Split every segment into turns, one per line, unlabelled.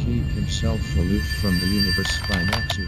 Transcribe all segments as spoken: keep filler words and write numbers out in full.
keep himself aloof from the universe by Natsu.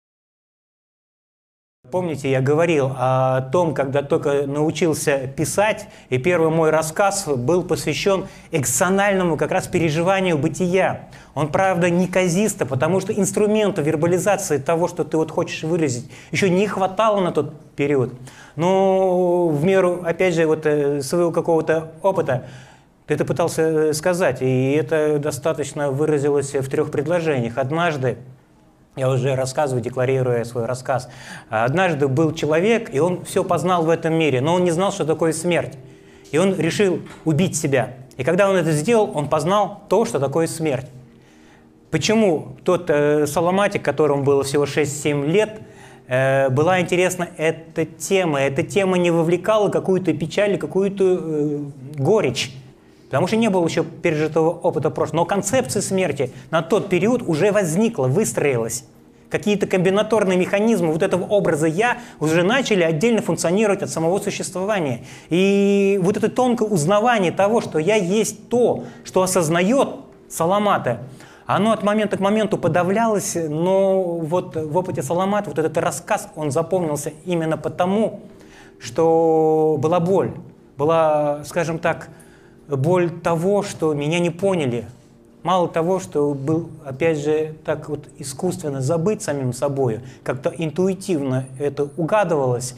Помните, я говорил о том, когда только научился писать, и первый мой рассказ был посвящен экзациональному как раз переживанию бытия. Он, правда, неказисто, потому что инструменту вербализации того, что ты вот хочешь выразить, еще не хватало на тот период. Но в меру, опять же, вот своего какого-то опыта ты это пытался сказать, и это достаточно выразилось в трех предложениях. Однажды, я уже рассказываю, декларируя свой рассказ. Однажды был человек, и он все познал в этом мире, но он не знал, что такое смерть. И он решил убить себя. И когда он это сделал, он познал то, что такое смерть. Почему тот э, Саламатик, которому было всего шесть-семь лет, э, была интересна эта тема? Эта тема не вовлекала какую-то печаль, какую-то э, горечь. Потому что не было еще пережитого опыта прошлого. Но концепция смерти на тот период уже возникла, выстроилась. Какие-то комбинаторные механизмы вот этого образа «я» уже начали отдельно функционировать от самого существования. И вот это тонкое узнавание того, что я есть то, что осознает Саламата, оно от момента к моменту подавлялось, но вот в опыте Саламата вот этот рассказ, он запомнился именно потому, что была боль. Была, скажем так, боль того, что меня не поняли. Мало того, что был, опять же, так вот искусственно забыт самим собой, как-то интуитивно это угадывалось,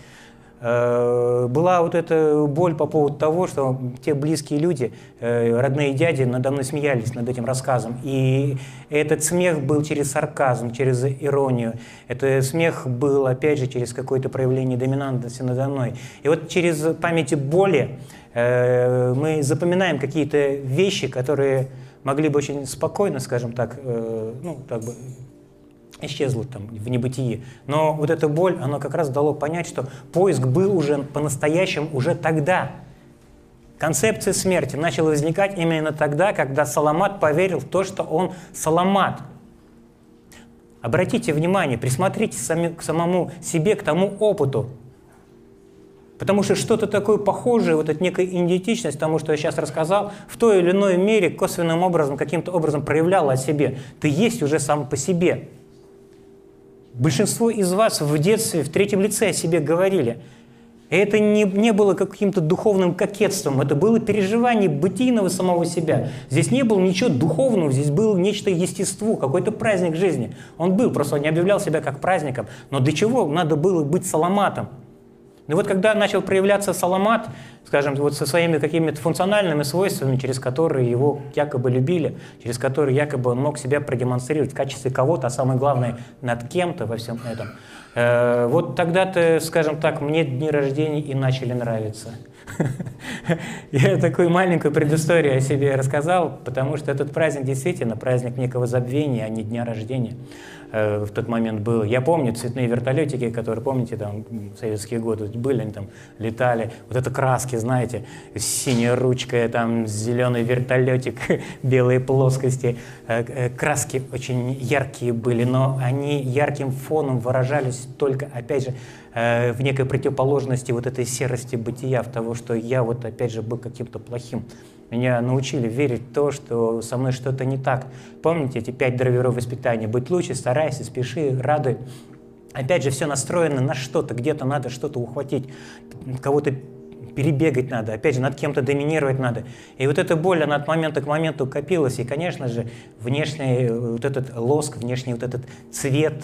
э, была вот эта боль по поводу того, что те близкие люди, э, родные дяди, надо мной смеялись над этим рассказом. И этот смех был через сарказм, через иронию. Этот смех был, опять же, через какое-то проявление доминантности надо мной. И вот через память боли мы запоминаем какие-то вещи, которые могли бы очень спокойно, скажем так, ну, как бы исчезнуть там в небытии. Но вот эта боль, она как раз дала понять, что поиск был уже по-настоящему уже тогда. Концепция смерти начала возникать именно тогда, когда Саламат поверил в то, что он Саламат. Обратите внимание, присмотритесь к самому себе, к тому опыту. Потому что что-то такое похожее, вот эта некая идентичность тому, что я сейчас рассказал, в той или иной мере косвенным образом, каким-то образом проявляла о себе. Ты есть уже сам по себе. Большинство из вас в детстве, в третьем лице о себе говорили. И это не, не было каким-то духовным кокетством, это было переживание бытийного самого себя. Здесь не было ничего духовного, здесь было нечто естество, какой-то праздник жизни. Он был, просто он не объявлял себя как праздником. Но для чего надо было быть Саламатом? И вот когда начал проявляться Саламат, скажем, вот со своими какими-то функциональными свойствами, через которые его якобы любили, через которые якобы он мог себя продемонстрировать в качестве кого-то, а самое главное, над кем-то во всем этом, э, вот тогда-то, скажем так, мне дни рождения и начали нравиться. Я такую маленькую предысторию о себе рассказал, потому что этот праздник действительно праздник некого забвения, а не дня рождения. В тот момент был. Я помню цветные вертолетики, которые, помните, там в советские годы были, они там летали. Вот это краски, знаете, синяя ручка, там зеленый вертолетик, белые плоскости. Краски очень яркие были, но они ярким фоном выражались только, опять же, в некой противоположности вот этой серости бытия, в того, что я вот, опять же, был каким-то плохим. Меня научили верить в то, что со мной что-то не так. Помните эти пять драйверов воспитания? Быть лучше, старайся, спеши, радуй. Опять же, все настроено на что-то, где-то надо что-то ухватить, кого-то перебегать надо, опять же, над кем-то доминировать надо. И вот эта боль, она от момента к моменту копилась, и, конечно же, внешний вот этот лоск, внешний вот этот цвет,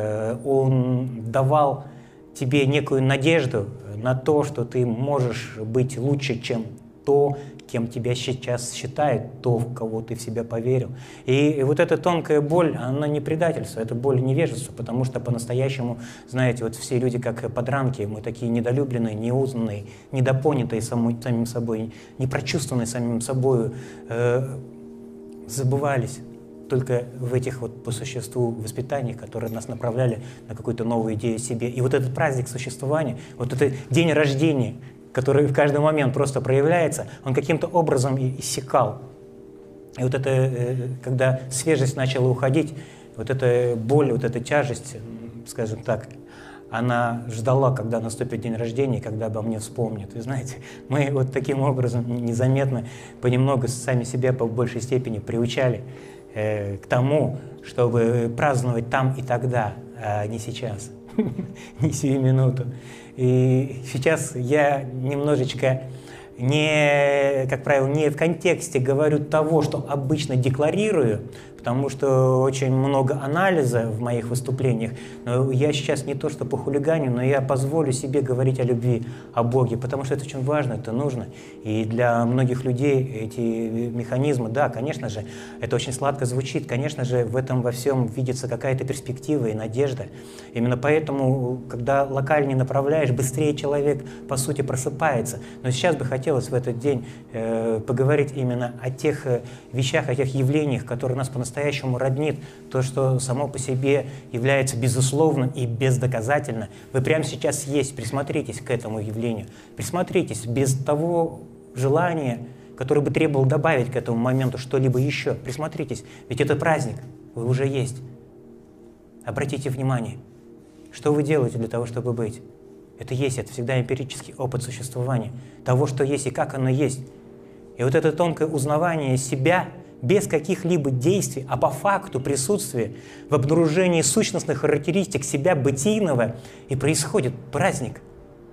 он давал тебе некую надежду на то, что ты можешь быть лучше, чем то, кем тебя сейчас считают, то, в кого ты в себя поверил. И, и вот эта тонкая боль, она не предательство, это боль невежества, потому что по-настоящему, знаете, вот все люди как подранки, мы такие недолюбленные, неузнанные, недопонятые саму, самим собой, непрочувствованные самим собой, э, забывались только в этих вот по существу воспитаниях, которые нас направляли на какую-то новую идею о себе. И вот этот праздник существования, вот этот день рождения, который в каждый момент просто проявляется, он каким-то образом иссякал. И вот это, когда свежесть начала уходить, вот эта боль, вот эта тяжесть, скажем так, она ждала, когда наступит день рождения, когда обо мне вспомнят. И знаете, мы вот таким образом незаметно, понемногу сами себя по большей степени приучали э, к тому, чтобы праздновать там и тогда, а не сейчас, не сию минуту. И сейчас я немножечко не, как правило, не в контексте говорю того, что обычно декларирую, потому что очень много анализа в моих выступлениях. Но я сейчас не то что по хулиганию, но я позволю себе говорить о любви, о Боге, потому что это очень важно, это нужно. И для многих людей эти механизмы, да, конечно же, это очень сладко звучит, конечно же, в этом во всем видится какая-то перспектива и надежда. Именно поэтому, когда локально направляешь, быстрее человек, по сути, просыпается. Но сейчас бы хотелось в этот день э, поговорить именно о тех э, вещах, о тех явлениях, которые нас по-настоящему по-настоящему роднит, то, что само по себе является безусловным и бездоказательно. Вы прямо сейчас есть, присмотритесь к этому явлению, присмотритесь без того желания, которое бы требовало добавить к этому моменту что-либо еще. Присмотритесь, ведь это праздник, вы уже есть. Обратите внимание, что вы делаете для того, чтобы быть. Это есть, это всегда эмпирический опыт существования, того, что есть и как оно есть. И вот это тонкое узнавание себя без каких-либо действий, а по факту присутствия в обнаружении сущностных характеристик себя бытийного и происходит праздник.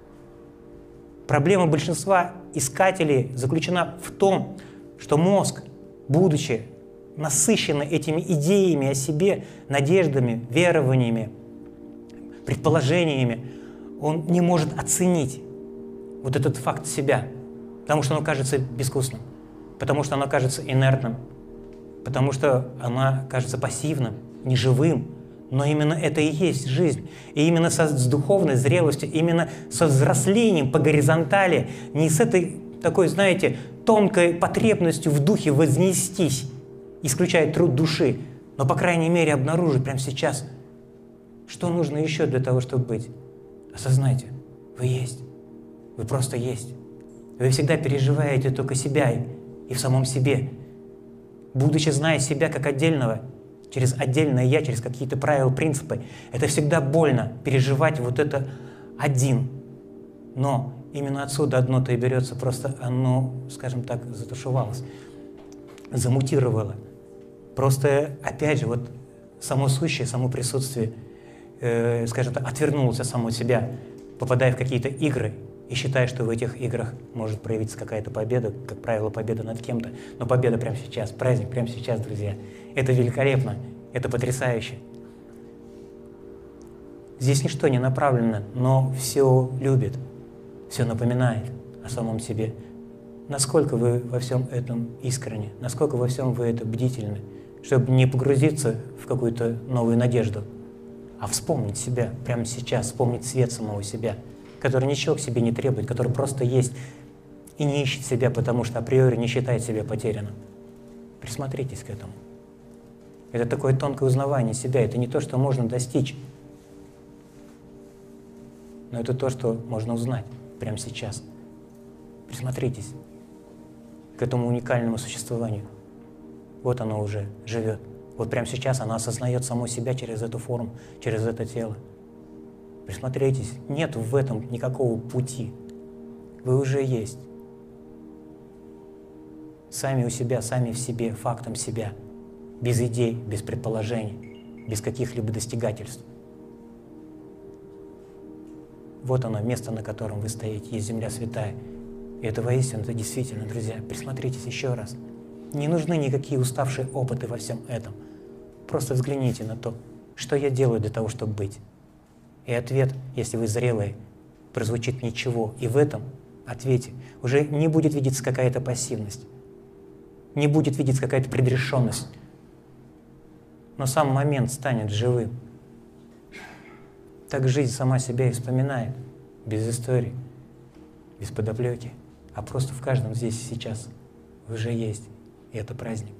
Проблема большинства искателей заключена в том, что мозг, будучи насыщен этими идеями о себе, надеждами, верованиями, предположениями, он не может оценить вот этот факт себя, потому что оно кажется безвкусным, потому что оно кажется инертным, потому что она кажется пассивным, неживым. Но именно это и есть жизнь. И именно со, с духовной зрелостью, именно со взрослением по горизонтали, не с этой такой, знаете, тонкой потребностью в духе вознестись, исключая труд души, но, по крайней мере, обнаружить прямо сейчас, что нужно еще для того, чтобы быть. Осознайте, вы есть, вы просто есть. Вы всегда переживаете только себя и в самом себе. Будучи зная себя как отдельного, через отдельное «я», через какие-то правила, принципы, это всегда больно переживать вот это один. Но именно отсюда одно-то и берется, просто оно, скажем так, затушевалось, замутировало. Просто, опять же, вот само сущее, само присутствие, э, скажем так, отвернулось от самого себя, попадая в какие-то игры, и считая, что в этих играх может проявиться какая-то победа, как правило, победа над кем-то. Но победа прямо сейчас, праздник прямо сейчас, друзья. Это великолепно, это потрясающе. Здесь ничто не направлено, но все любит, все напоминает о самом себе. Насколько вы во всем этом искренне, насколько во всем вы это бдительны, чтобы не погрузиться в какую-то новую надежду, а вспомнить себя прямо сейчас, вспомнить свет самого себя, который ничего к себе не требует, который просто есть и не ищет себя, потому что априори не считает себя потерянным. Присмотритесь к этому. Это такое тонкое узнавание себя. Это не то, что можно достичь, но это то, что можно узнать прямо сейчас. Присмотритесь к этому уникальному существованию. Вот оно уже живет. Вот прямо сейчас оно осознает само себя через эту форму, через это тело. Присмотритесь, нет в этом никакого пути. Вы уже есть. Сами у себя, сами в себе, фактом себя. Без идей, без предположений, без каких-либо достигательств. Вот оно, место, на котором вы стоите, есть земля святая. И это воистину, это действительно, друзья, присмотритесь еще раз. Не нужны никакие уставшие опыты во всем этом. Просто взгляните на то, что я делаю для того, чтобы быть. И ответ, если вы зрелые, прозвучит ничего. И в этом ответе уже не будет видеться какая-то пассивность, не будет видеться какая-то предрешенность, но сам момент станет живым. Так жизнь сама себя и вспоминает, без истории, без подоплеки, а просто в каждом здесь и сейчас уже есть, и это праздник.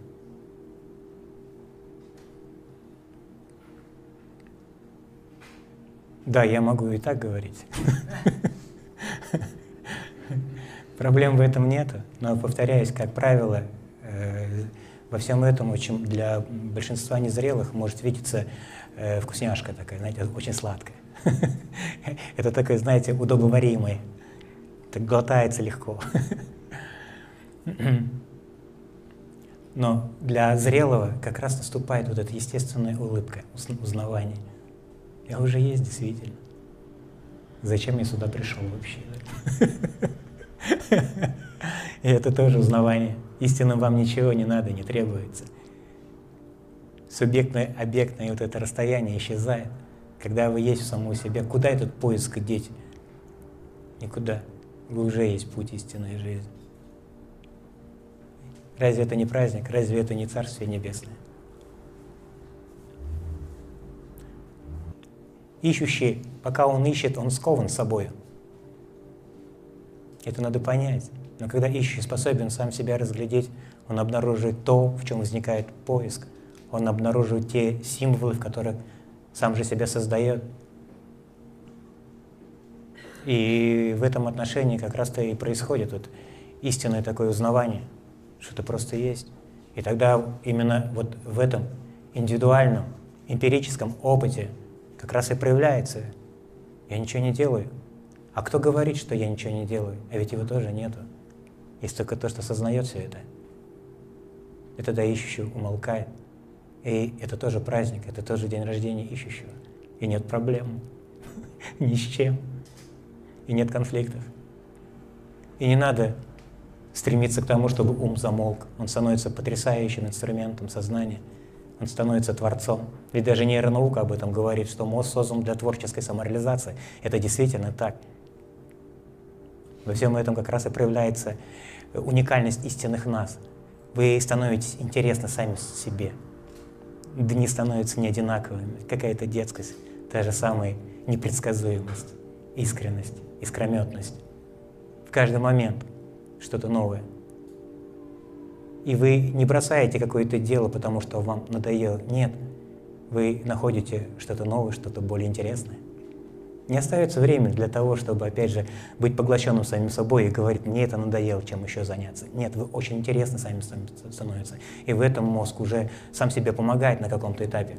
Да, я могу и так говорить. Проблем в этом нет, но, повторяюсь, как правило, во всем этом очень для большинства незрелых может видеться вкусняшка такая, знаете, очень сладкая. Это такое, знаете, удобоваримое, так глотается легко. Но для зрелого как раз наступает вот эта естественная улыбка, узнавание. Я уже есть действительно. Зачем я сюда пришел вообще? И это тоже узнавание. Истинно вам ничего не надо, не требуется. Субъектное, объектное вот это расстояние исчезает. Когда вы есть в самом себе, куда этот поиск деть? Никуда. Вы уже есть путь истинной жизни. Разве это не праздник? Разве это не Царствие Небесное? Ищущий, пока он ищет, он скован собой. Это надо понять. Но когда ищущий способен сам себя разглядеть, он обнаруживает то, в чем возникает поиск. Он обнаруживает те символы, в которых сам же себя создает. И в этом отношении как раз-то и происходит вот истинное такое узнавание, что это просто есть. И тогда именно вот в этом индивидуальном, эмпирическом опыте как раз и проявляется: я ничего не делаю. А кто говорит, что я ничего не делаю? А ведь его тоже нету. Есть только то, что сознает все это. И тогда ищущий умолкает. И это тоже праздник, это тоже день рождения ищущего. И нет проблем ни с чем. И нет конфликтов. И не надо стремиться к тому, чтобы ум замолк. Он становится потрясающим инструментом сознания. Он становится творцом. Ведь даже нейронаука об этом говорит, что мозг создан для творческой самореализации. Это действительно так. Во всем этом как раз и проявляется уникальность истинных нас. Вы становитесь интересны сами себе. Дни становятся не одинаковыми. Какая-то детскость, та же самая непредсказуемость, искренность, искрометность. В каждый момент что-то новое. И вы не бросаете какое-то дело, потому что вам надоело. Нет, вы находите что-то новое, что-то более интересное. Не остается времени для того, чтобы, опять же, быть поглощенным самим собой и говорить: мне это надоело, чем еще заняться. Нет, вы очень интересны сами становятся. И в этом мозг уже сам себе помогает на каком-то этапе.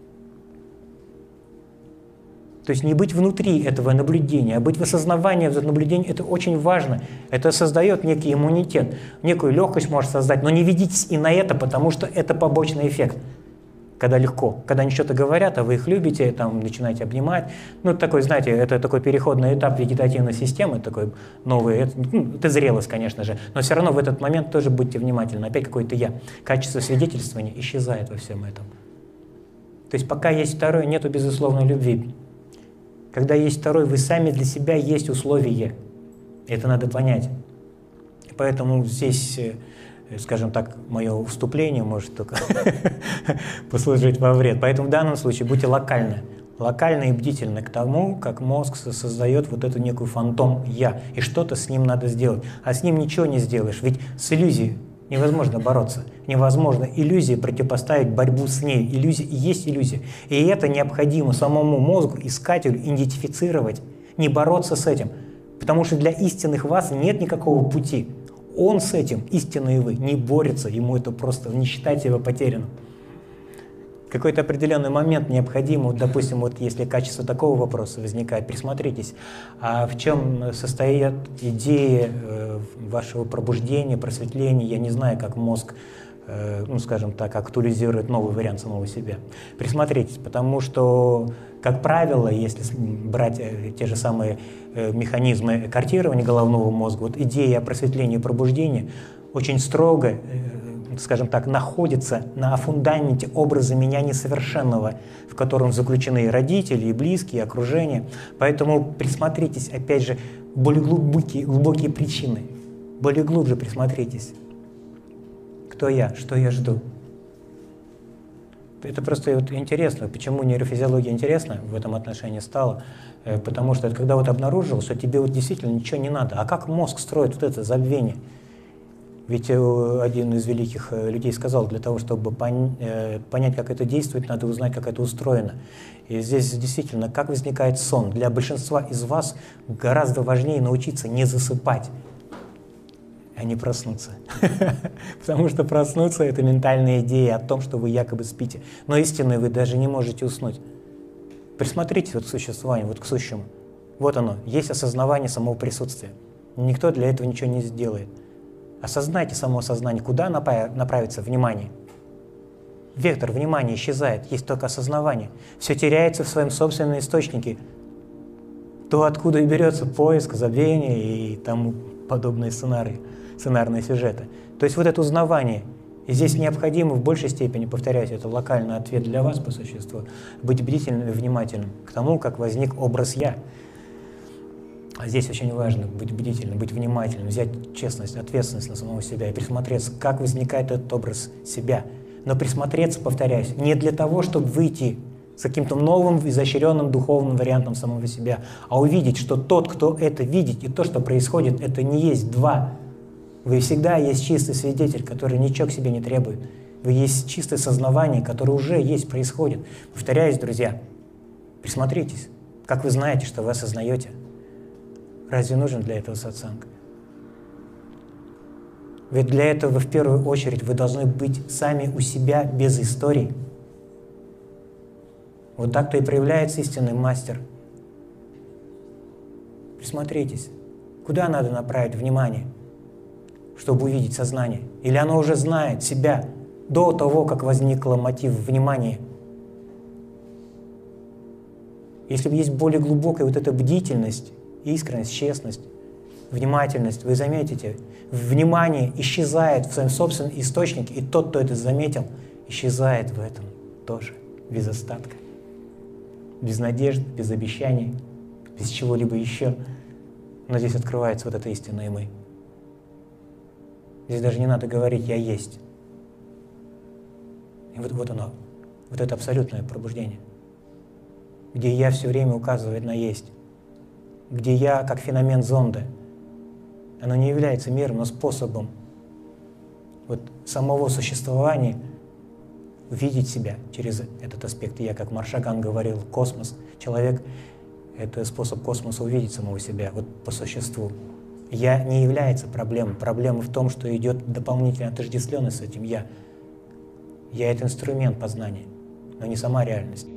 То есть не быть внутри этого наблюдения, а быть в осознавании этого наблюдения — это очень важно. Это создает некий иммунитет, некую легкость может создать, но не ведитесь и на это, потому что это побочный эффект. Когда легко, когда они что-то говорят, а вы их любите, там, начинаете обнимать. Ну, такой, знаете, это такой переходный этап вегетативной системы, такой новый, это, ну, это зрелость, конечно же, но все равно в этот момент тоже будьте внимательны. Опять какое-то «я». Качество свидетельствования исчезает во всем этом. То есть пока есть второе, нету безусловной любви. Когда есть второй, вы сами для себя есть условие. Это надо понять. Поэтому здесь, скажем так, мое вступление может только послужить во вред. Поэтому в данном случае будьте локальны. Локально и бдительны к тому, как мозг создает вот эту некую фантом «я». И что-то с ним надо сделать. А с ним ничего не сделаешь. Ведь с иллюзией невозможно бороться. Невозможно иллюзии противопоставить борьбу с ней. Иллюзия и есть иллюзия. И это необходимо самому мозгу, искателю, идентифицировать, не бороться с этим. Потому что для истинных вас нет никакого пути. Он с этим, истинный вы, не борется, ему это просто, не считайте его потерянным. Какой-то определенный момент необходимо, вот, допустим, вот если качество такого вопроса возникает, присмотритесь, а в чем состоят идеи э, вашего пробуждения, просветления, я не знаю, как мозг, э, ну, скажем так, актуализирует новый вариант самого себя. Присмотритесь, потому что, как правило, если брать э, те же самые э, механизмы картирования головного мозга, вот идея о просветлении и пробуждении очень строго, э, скажем так, находится на фундаменте образа меня несовершенного, в котором заключены и родители, и близкие, и окружение. Поэтому присмотритесь, опять же, более глубокие, глубокие причины. Более глубже присмотритесь. Кто я? Что я жду? Это просто вот интересно. Почему нейрофизиология интересна в этом отношении стала? Потому что когда вот обнаружил, что тебе вот действительно ничего не надо. А как мозг строит вот это забвение? Ведь один из великих людей сказал, для того, чтобы понять, как это действует, надо узнать, как это устроено. И здесь действительно, как возникает сон. Для большинства из вас гораздо важнее научиться не засыпать, а не проснуться. Потому что проснуться — это ментальная идея о том, что вы якобы спите. Но истинно вы даже не можете уснуть. Присмотритесь вот к существованию, вот к сущему. Вот оно, есть осознавание самого присутствия. Никто для этого ничего не сделает. Осознайте само сознание, куда направится внимание. Вектор внимания исчезает, есть только осознавание. Все теряется в своем собственном источнике. То, откуда и берется поиск, забвение и тому подобные сценарии, сценарные сюжеты. То есть вот это узнавание. И здесь необходимо в большей степени, повторяюсь, это локальный ответ для вас по существу, быть бдительным и внимательным к тому, как возник образ «я». А здесь очень важно быть бдительным, быть внимательным, взять честность, ответственность на самого себя и присмотреться, как возникает этот образ себя. Но присмотреться, повторяюсь, не для того, чтобы выйти с каким-то новым, изощренным духовным вариантом самого себя, а увидеть, что тот, кто это видит, и то, что происходит, это не есть два. Вы всегда есть чистый свидетель, который ничего к себе не требует. Вы есть чистое сознавание, которое уже есть, происходит. Повторяюсь, друзья, присмотритесь, как вы знаете, что вы осознаете. Разве нужен для этого сатсанг? Ведь для этого, в первую очередь, вы должны быть сами у себя без историй. Вот так-то и проявляется истинный мастер. Присмотритесь, куда надо направить внимание, чтобы увидеть сознание? Или оно уже знает себя до того, как возникл мотив внимания? Если есть более глубокая вот эта бдительность, искренность, честность, внимательность, вы заметите, внимание исчезает в своем собственном источнике, и тот, кто это заметил, исчезает в этом тоже, без остатка, без надежд, без обещаний, без чего-либо еще. Но здесь открывается вот это истинное «мы». Здесь даже не надо говорить «я есть». И вот, вот оно, вот это абсолютное пробуждение, где «я» все время указывает на «есть», где «я» как феномен зонда. Оно не является миром, но способом вот самого существования увидеть себя через этот аспект «я», как Маршаган говорил, космос. Человек — это способ космоса увидеть самого себя, вот по существу. «Я» не является проблемой. Проблема в том, что идет дополнительная отождествленность с этим «я». «Я» — это инструмент познания, но не сама реальность.